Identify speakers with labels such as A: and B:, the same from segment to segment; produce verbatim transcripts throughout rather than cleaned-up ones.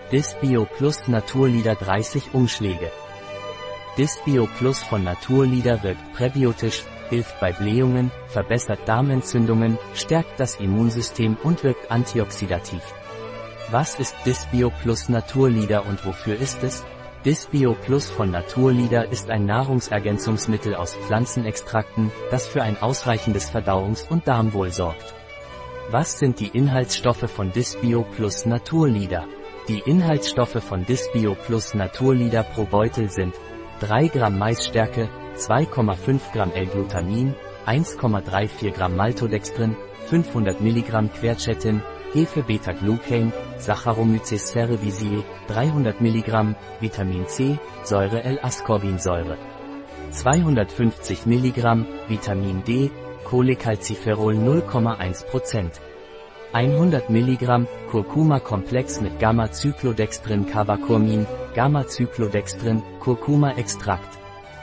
A: Dysbio Plus Naturleader dreißig Umschläge. Dysbio Plus von Naturleader wirkt präbiotisch, hilft bei Blähungen, verbessert Darmentzündungen, stärkt das Immunsystem und wirkt antioxidativ. Was ist Dysbio Plus Naturleader und wofür ist es? Dysbio Plus von Naturleader ist ein Nahrungsergänzungsmittel aus Pflanzenextrakten, das für ein ausreichendes Verdauungs- und Darmwohl sorgt. Was sind die Inhaltsstoffe von Dysbio Plus Naturleader? Die Inhaltsstoffe von Dysbio Plus Naturleader pro Beutel sind drei Gramm Maisstärke, zwei Komma fünf Gramm L-Glutamin, eins Komma vierunddreißig Gramm Maltodextrin, fünfhundert Milligramm Quercetin, Hefe-Beta-Glucan, Saccharomyces cerevisiae, dreihundert Milligramm, Vitamin C, Säure L-Ascorbinsäure, zweihundertfünfzig Milligramm, Vitamin D, Cholecalciferol null Komma eins Prozent, hundert Milligramm, Kurkuma-Komplex mit Gamma-Cyclodextrin-Cavacurmin, Gamma-Cyclodextrin, Kurkuma-Extrakt.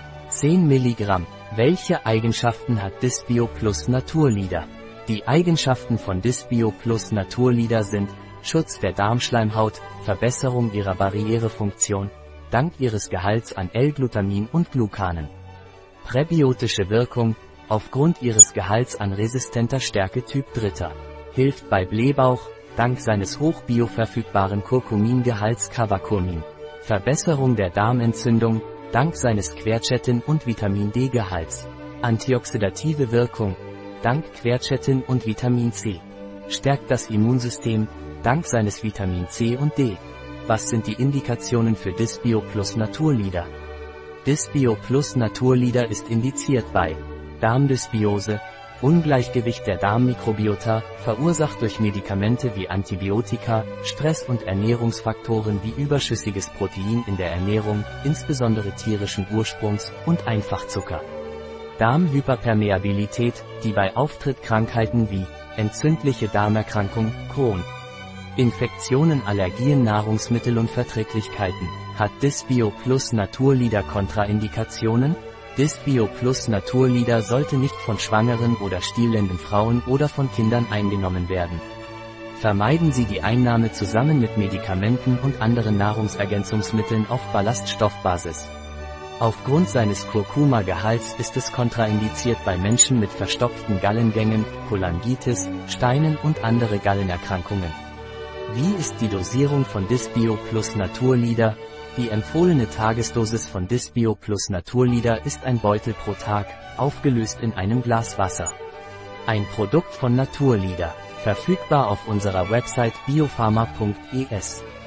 A: zehn Milligramm. Welche Eigenschaften hat Dysbio Plus Naturleader? Die Eigenschaften von Dysbio Plus Naturleader sind Schutz der Darmschleimhaut, Verbesserung ihrer Barrierefunktion, dank ihres Gehalts an L-Glutamin und Glucanen. Präbiotische Wirkung, aufgrund ihres Gehalts an resistenter Stärke Typ drei. Hilft bei Blähbauch, dank seines hoch bioverfügbaren Curcumingehalts Cavacurmin. Verbesserung der Darmentzündung, dank seines Quercetin- und Vitamin D-Gehalts. Antioxidative Wirkung, dank Quercetin und Vitamin C. Stärkt das Immunsystem, dank seines Vitamin C und D. Was sind die Indikationen für Dysbio Plus Naturleader? Dysbio Plus Naturleader ist indiziert bei Darmdysbiose, Ungleichgewicht der Darmmikrobiota, verursacht durch Medikamente wie Antibiotika, Stress und Ernährungsfaktoren wie überschüssiges Protein in der Ernährung, insbesondere tierischen Ursprungs, und Einfachzucker. Darmhyperpermeabilität, die bei Auftritt Krankheiten wie entzündliche Darmerkrankung, Crohn, Infektionen, Allergien, Nahrungsmittelunverträglichkeiten. Hat Dysbio Plus Naturleader Kontraindikationen? Dysbio Plus Naturleader sollte nicht von schwangeren oder stillenden Frauen oder von Kindern eingenommen werden. Vermeiden Sie die Einnahme zusammen mit Medikamenten und anderen Nahrungsergänzungsmitteln auf Ballaststoffbasis. Aufgrund seines Kurkuma-Gehalts ist es kontraindiziert bei Menschen mit verstopften Gallengängen, Cholangitis, Steinen und andere Gallenerkrankungen. Wie ist die Dosierung von Dysbio Plus Naturleader? Die empfohlene Tagesdosis von Dysbio Plus Naturleader ist ein Beutel pro Tag, aufgelöst in einem Glas Wasser. Ein Produkt von Naturleader, verfügbar auf unserer Website biopharma punkt es.